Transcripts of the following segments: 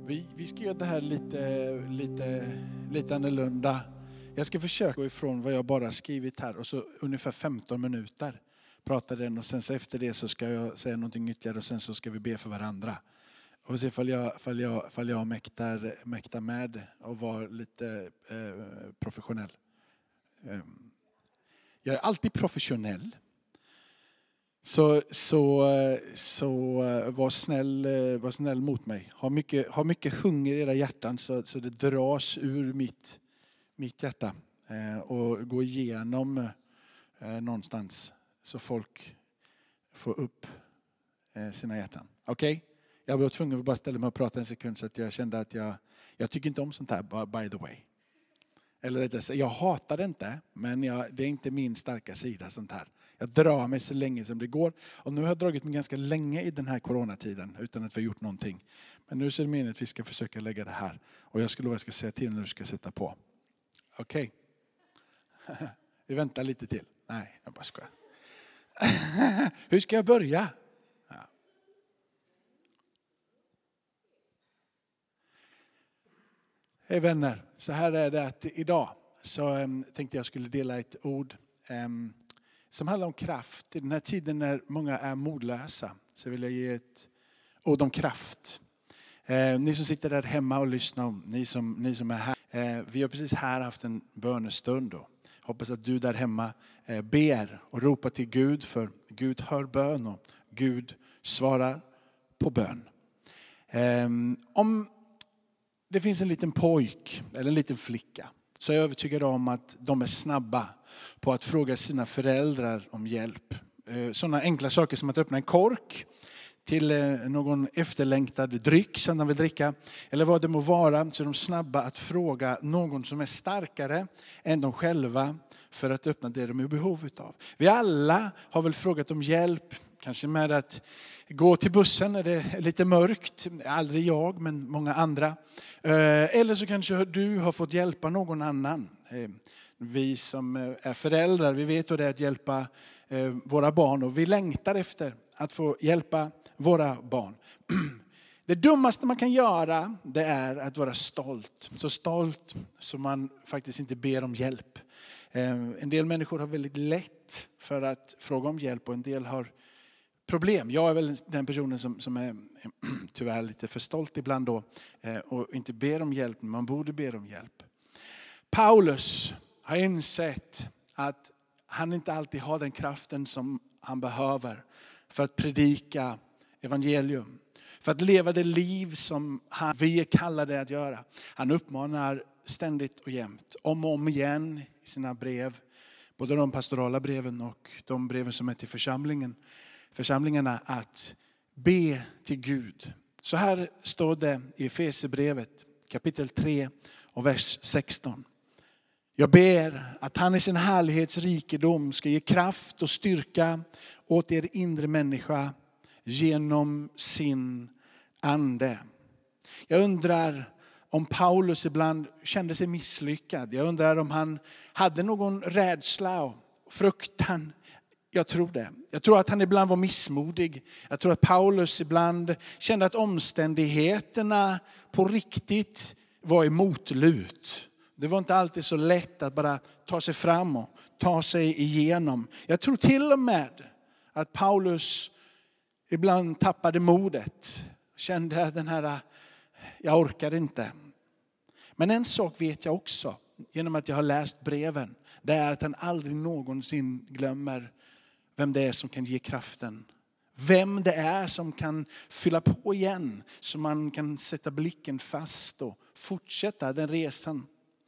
Vi ska göra det här lite annorlunda. Jag ska försöka gå ifrån vad jag bara skrivit här och så ungefär 15 minuter pratar den och sen så efter det så ska jag säga någonting ytterligare och sen så ska vi be för varandra. Och se ifall jag mäktar med och vara lite professionell. Jag är alltid professionell. Så var snäll mot mig. Ha mycket hunger i era hjärtan så det dras ur mitt hjärta och gå igenom någonstans så folk får upp sina hjärtan. Okej? Okay? Jag var tvungen att bara ställa mig och prata en sekund så att jag kände att jag tycker inte om sånt här, by the way. Eller jag hatar det inte, men det är inte min starka sida sånt här. Jag drar mig så länge som det går. Och nu har jag dragit mig ganska länge i den här coronatiden utan att vi har gjort någonting. Men nu så är det meningen att vi ska försöka lägga det här. Och jag ska säga till när du ska sätta på. Okej. Okay. Vi väntar lite till. Nej, jag bara skojar. Hur ska jag börja? Ja. Hej vänner, så här är det att idag så tänkte jag skulle dela ett ord som handlar om kraft. I den här tiden när många är modlösa så vill jag ge ett ord om kraft. Ni som sitter där hemma och lyssnar, ni som är här. Vi har precis här haft en bönestund. Hoppas att du där hemma ber och ropar till Gud, för Gud hör bön och Gud svarar på bön. Om det finns en liten pojk eller en liten flicka så är jag övertygad om att de är snabba på att fråga sina föräldrar om hjälp. Sådana enkla saker som att öppna en kork till någon efterlängtad dryck som de vill dricka. Eller vad det må vara, så är de snabba att fråga någon som är starkare än de själva för att öppna det de är i behov av. Vi alla har väl frågat om hjälp, kanske med att gå till bussen när det är lite mörkt. Aldrig jag, men många andra. Eller så kanske du har fått hjälpa någon annan. Vi som är föräldrar, vi vet vad det är att hjälpa våra barn. Och vi längtar efter att få hjälpa våra barn. Det dummaste man kan göra, det är att vara stolt. Så stolt som man faktiskt inte ber om hjälp. En del människor har väldigt lätt för att fråga om hjälp och en del har problem. Jag är väl den personen som är tyvärr lite för stolt ibland då och inte ber om hjälp, men man borde be om hjälp. Paulus har insett att han inte alltid har den kraften som han behöver för att predika evangelium. För att leva det liv som vi är kallade att göra. Han uppmanar ständigt och jämt, om och om igen i sina brev. Både de pastorala breven och de breven som är till församlingarna att be till Gud. Så här står det i Efesierbrevet kapitel 3 och vers 16. Jag ber att han i sin härlighetsrikedom ska ge kraft och styrka åt er inre människa genom sin ande. Jag undrar om Paulus ibland kände sig misslyckad. Jag undrar om han hade någon rädsla och fruktan. Jag tror det. Jag tror att han ibland var missmodig. Jag tror att Paulus ibland kände att omständigheterna på riktigt var emot lut. Det var inte alltid så lätt att bara ta sig fram och ta sig igenom. Jag tror till och med att Paulus ibland tappade modet. Kände den här, jag orkar inte. Men en sak vet jag också, genom att jag har läst breven. Det är att han aldrig någonsin glömmer vem det är som kan ge kraften. Vem det är som kan fylla på igen. Så man kan sätta blicken fast och fortsätta den resan.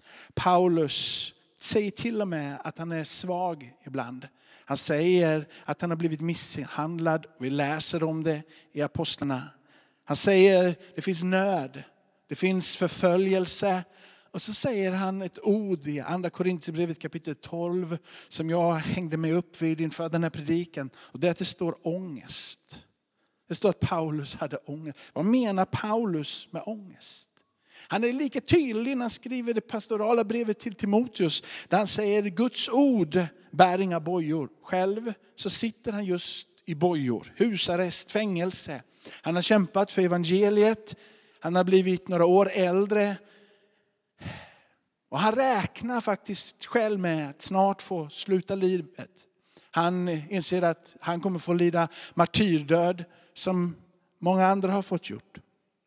Paulus säger till och med att han är svag ibland. Han säger att han har blivit misshandlad. Vi läser om det i apostlarna. Han säger det finns nöd. Det finns förföljelse. Och så säger han ett ord i andra Korinthierbrevet kapitel 12 som jag hängde mig upp vid inför den här predikan. Och det är att det står ångest. Det står att Paulus hade ångest. Vad menar Paulus med ångest? Han är lika tydlig när han skriver det pastorala brevet till Timoteus. Där han säger Guds ord bär inga bojor. Själv så sitter han just i bojor. Husarrest, fängelse. Han har kämpat för evangeliet. Han har blivit några år äldre. Och han räknar faktiskt själv med att snart få sluta livet. Han inser att han kommer få lida martyrdöd som många andra har fått gjort.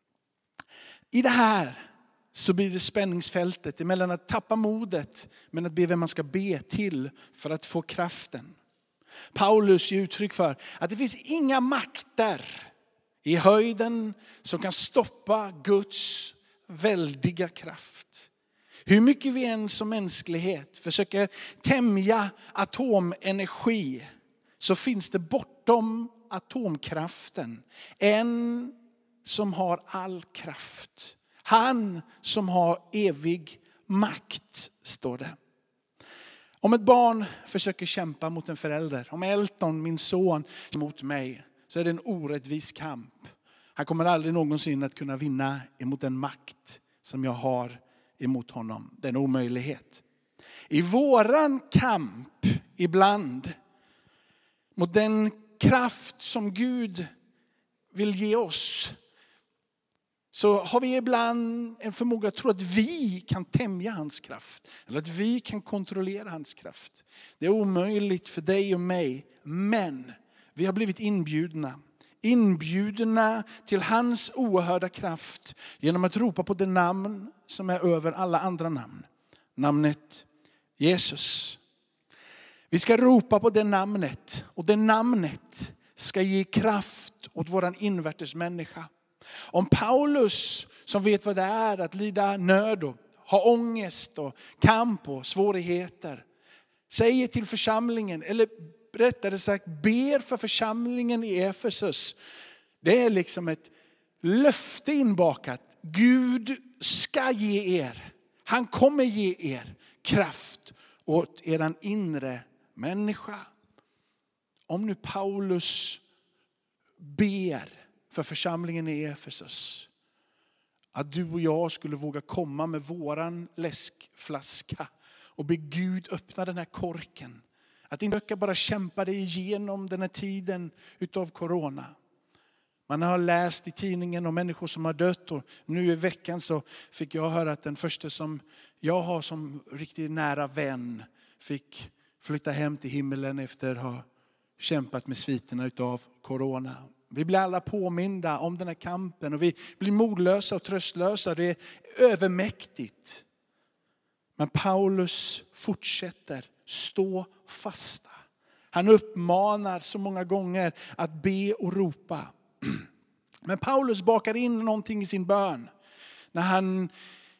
I det här så blir det spänningsfältet emellan att tappa modet men att be vem man ska be till för att få kraften. Paulus ger uttryck för att det finns inga makter i höjden som kan stoppa Guds väldiga kraft. Hur mycket vi än som mänsklighet försöker tämja atomenergi så finns det bortom atomkraften en som har all kraft. Han som har evig makt, står det. Om ett barn försöker kämpa mot en förälder, om Elton, min son, mot mig, så är det en orättvis kamp. Han kommer aldrig någonsin att kunna vinna emot den makt som jag har emot honom. Det är en omöjlighet. I våran kamp ibland mot den kraft som Gud vill ge oss, så har vi ibland en förmåga att tro att vi kan tämja hans kraft. Eller att vi kan kontrollera hans kraft. Det är omöjligt för dig och mig. Men vi har blivit inbjudna. Inbjudna till hans oerhörda kraft. Genom att ropa på det namn som är över alla andra namn. Namnet Jesus. Vi ska ropa på det namnet. Och det namnet ska ge kraft åt våran invärtes människa. Om Paulus, som vet vad det är att lida nöd och ha ångest och kamp och svårigheter, säger till församlingen, eller rättare sagt ber för församlingen i Efesus. Det är liksom ett löfte inbakat. Gud ska ge er. Han kommer ge er kraft åt eran inre människa. Om nu Paulus ber för församlingen i Efesus, att du och jag skulle våga komma med våran läskflaska och be Gud öppna den här korken. Att inte bara kämpa dig igenom den här tiden utav corona. Man har läst i tidningen om människor som har dött, och nu i veckan så fick jag höra att den första som jag har som riktigt nära vän fick flytta hem till himmelen efter att ha kämpat med sviterna utav corona. Vi blir alla påminda om den här kampen och vi blir modlösa och tröstlösa. Det är övermäktigt. Men Paulus fortsätter stå fasta. Han uppmanar så många gånger att be och ropa. Men Paulus bakar in någonting i sin bön. När han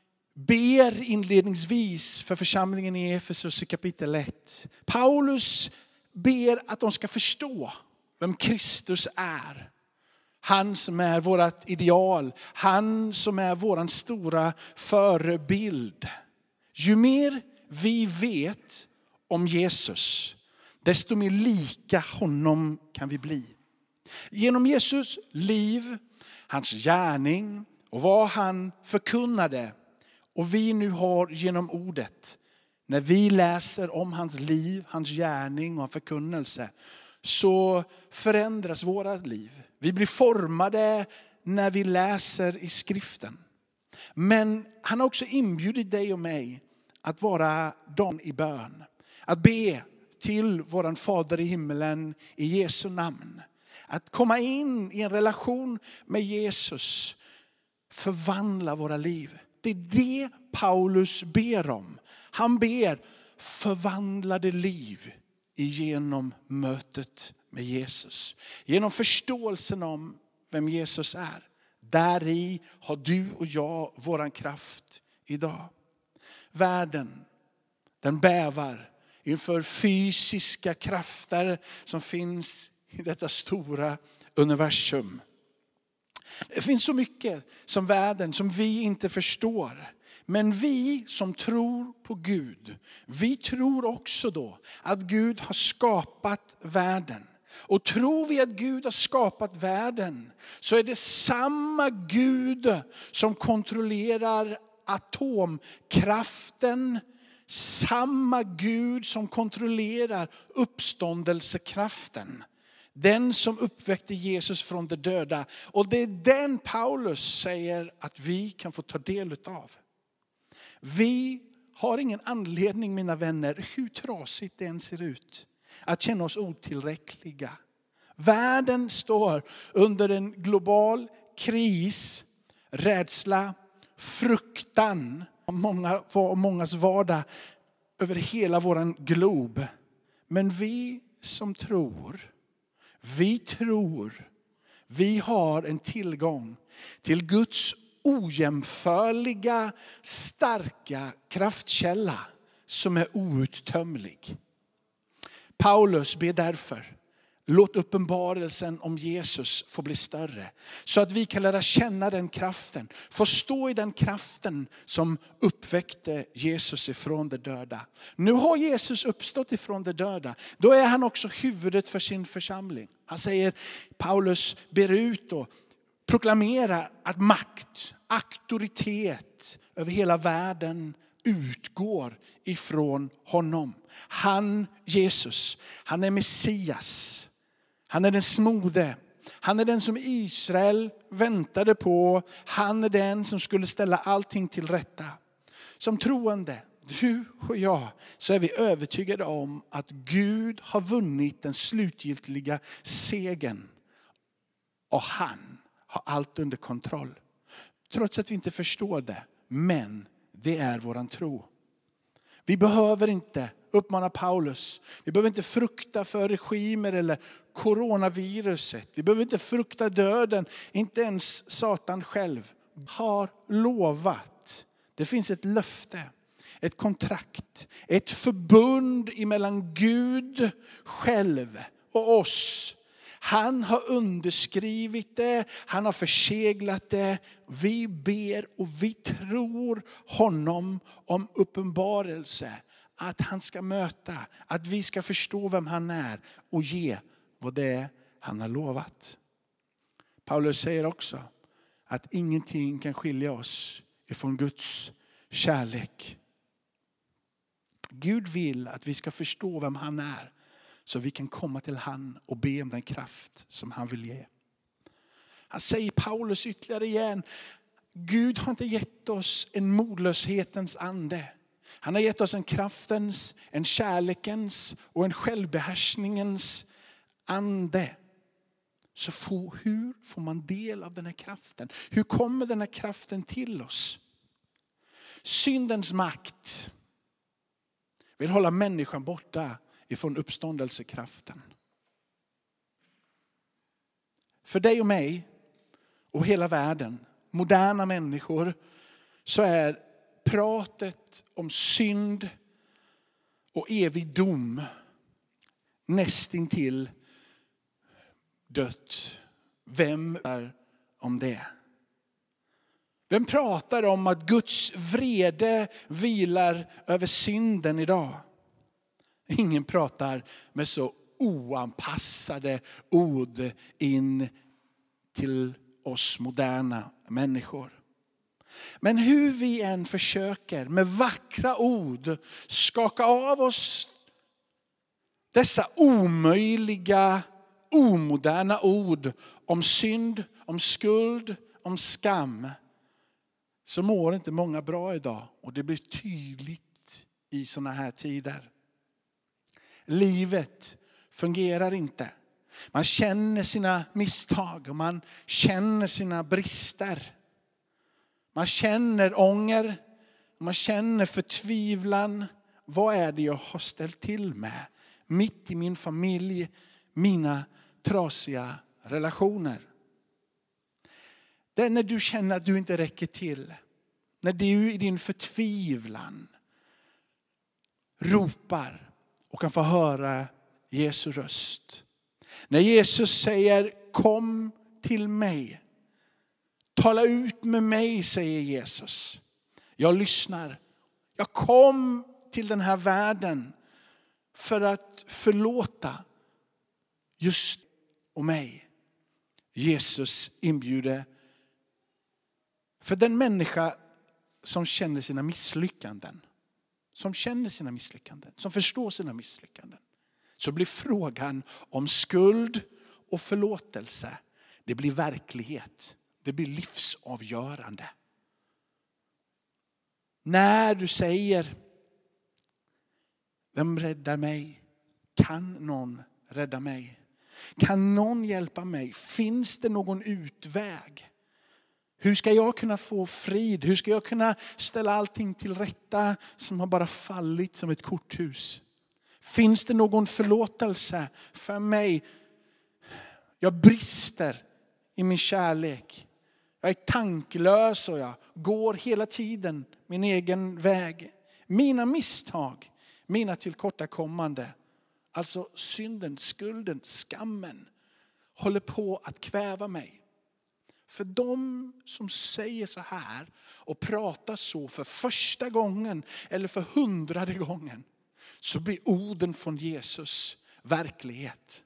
ber inledningsvis för församlingen i Efesus i kapitel 1. Paulus ber att de ska förstå vem Kristus är. Han som är vårt ideal. Han som är våran stora förebild. Ju mer vi vet om Jesus, desto mer lika honom kan vi bli. Genom Jesus liv, hans gärning och vad han förkunnade, och vi nu har genom ordet. När vi läser om hans liv, hans gärning och förkunnelse, så förändras våra liv. Vi blir formade när vi läser i skriften. Men han har också inbjudit dig och mig att vara dem i bön. Att be till våran Fader i himmelen i Jesu namn. Att komma in i en relation med Jesus. Förvandla våra liv. Det är det Paulus ber om. Han ber förvandlade liv genom mötet med Jesus. Genom förståelsen om vem Jesus är. Där i har du och jag våran kraft idag. Världen, den bävar inför fysiska krafter som finns i detta stora universum. Det finns så mycket som världen som vi inte förstår. Men vi som tror på Gud, vi tror också då att Gud har skapat världen. Och tror vi att Gud har skapat världen, så är det samma Gud som kontrollerar atomkraften. Samma Gud som kontrollerar uppståndelsekraften. Den som uppväckte Jesus från de döda. Och det är den Paulus säger att vi kan få ta del av. Vi har ingen anledning, mina vänner, hur trasigt det än ser ut, att känna oss otillräckliga. Världen står under en global kris, rädsla, fruktan. Mångas vardag över hela våran glob. Men vi som tror, vi har en tillgång till Guds ojämförliga, starka kraftkälla som är outtömlig. Paulus ber därför, låt uppenbarelsen om Jesus få bli större. Så att vi kan lära känna den kraften. Få stå i den kraften som uppväckte Jesus ifrån de döda. Nu har Jesus uppstått ifrån de döda. Då är han också huvudet för sin församling. Han säger, Paulus ber ut och proklamerar att makt, auktoritet över hela världen utgår ifrån honom. Han, Jesus, han är Messias. Han är den smorde. Han är den som Israel väntade på. Han är den som skulle ställa allting till rätta. Som troende, du och jag, så är vi övertygade om att Gud har vunnit den slutgiltiga segern. Och han har allt under kontroll. Trots att vi inte förstår det. Men det är våran tro. Vi behöver inte, uppmana Paulus, vi behöver inte frukta för regimer eller coronaviruset. Vi behöver inte frukta döden, inte ens Satan själv har lovat. Det finns ett löfte, ett kontrakt, ett förbund emellan Gud själv och oss. Han har underskrivit det, han har förseglat det. Vi ber och vi tror honom om uppenbarelse. Att han ska möta, att vi ska förstå vem han är och ge vad det är han har lovat. Paulus säger också att ingenting kan skilja oss ifrån Guds kärlek. Gud vill att vi ska förstå vem han är. Så vi kan komma till han och be om den kraft som han vill ge. Han säger Paulus ytterligare igen. Gud har inte gett oss en modlöshetens ande. Han har gett oss en kraftens, en kärlekens och en självbehärskningens ande. Så hur får man del av den här kraften? Hur kommer den här kraften till oss? Syndens makt vill hålla människan borta ifrån uppståndelsekraften. För dig och mig och hela världen, moderna människor, så är pratet om synd och evig dom nästintill dött. Vem är om det? Vem pratar om att Guds vrede vilar över synden idag? Ingen pratar med så oanpassade ord in till oss moderna människor. Men hur vi än försöker med vackra ord skaka av oss dessa omöjliga, omoderna ord om synd, om skuld, om skam, så mår inte många bra idag. Och det blir tydligt i såna här tider. Livet fungerar inte. Man känner sina misstag och man känner sina brister. Man känner ånger, man känner förtvivlan. Vad är det jag har ställt till med? Mitt i min familj, mina trasiga relationer. Det är när du känner att du inte räcker till. När du i din förtvivlan ropar och kan få höra Jesu röst. När Jesus säger kom till mig. Tala ut med mig, säger Jesus. Jag lyssnar. Jag kom till den här världen för att förlåta just och mig. Jesus inbjuder. För den människa som känner sina misslyckanden. Som känner sina misslyckanden. Som förstår sina misslyckanden. Så blir frågan om skuld, och förlåtelse, det blir verklighet. Det blir livsavgörande. När du säger, vem räddar mig? Kan någon rädda mig? Kan någon hjälpa mig? Finns det någon utväg? Hur ska jag kunna få frid? Hur ska jag kunna ställa allting till rätta som har bara fallit som ett korthus? Finns det någon förlåtelse för mig? Jag brister i min kärlek. Jag är tanklös och jag går hela tiden min egen väg. Mina misstag, mina tillkortakommande, alltså synden, skulden, skammen håller på att kväva mig. För de som säger så här och pratar så för första gången eller för 100:e gången, så blir orden från Jesus verklighet.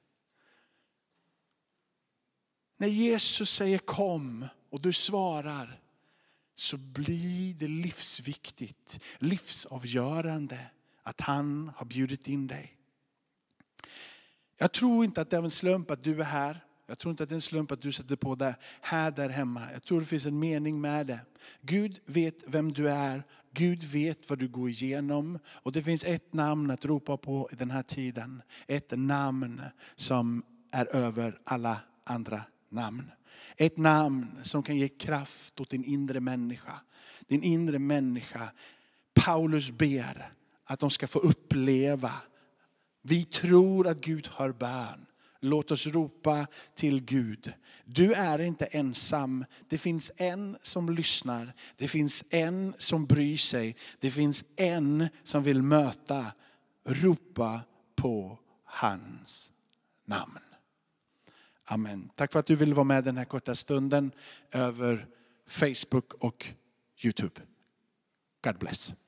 När Jesus säger kom och du svarar, så blir det livsviktigt, livsavgörande att han har bjudit in dig. Jag tror inte att det är en slump att du är här. Jag tror inte att det är en slump att du sätter på det här där hemma. Jag tror det finns en mening med det. Gud vet vem du är. Gud vet vad du går igenom. Och det finns ett namn att ropa på i den här tiden. Ett namn som är över alla andra namn. Ett namn som kan ge kraft åt din inre människa. Din inre människa. Paulus ber att de ska få uppleva. Vi tror att Gud hör bön. Låt oss ropa till Gud. Du är inte ensam. Det finns en som lyssnar. Det finns en som bryr sig. Det finns en som vill möta. Ropa på hans namn. Amen. Tack för att du vill vara med den här korta stunden över Facebook och YouTube. God bless.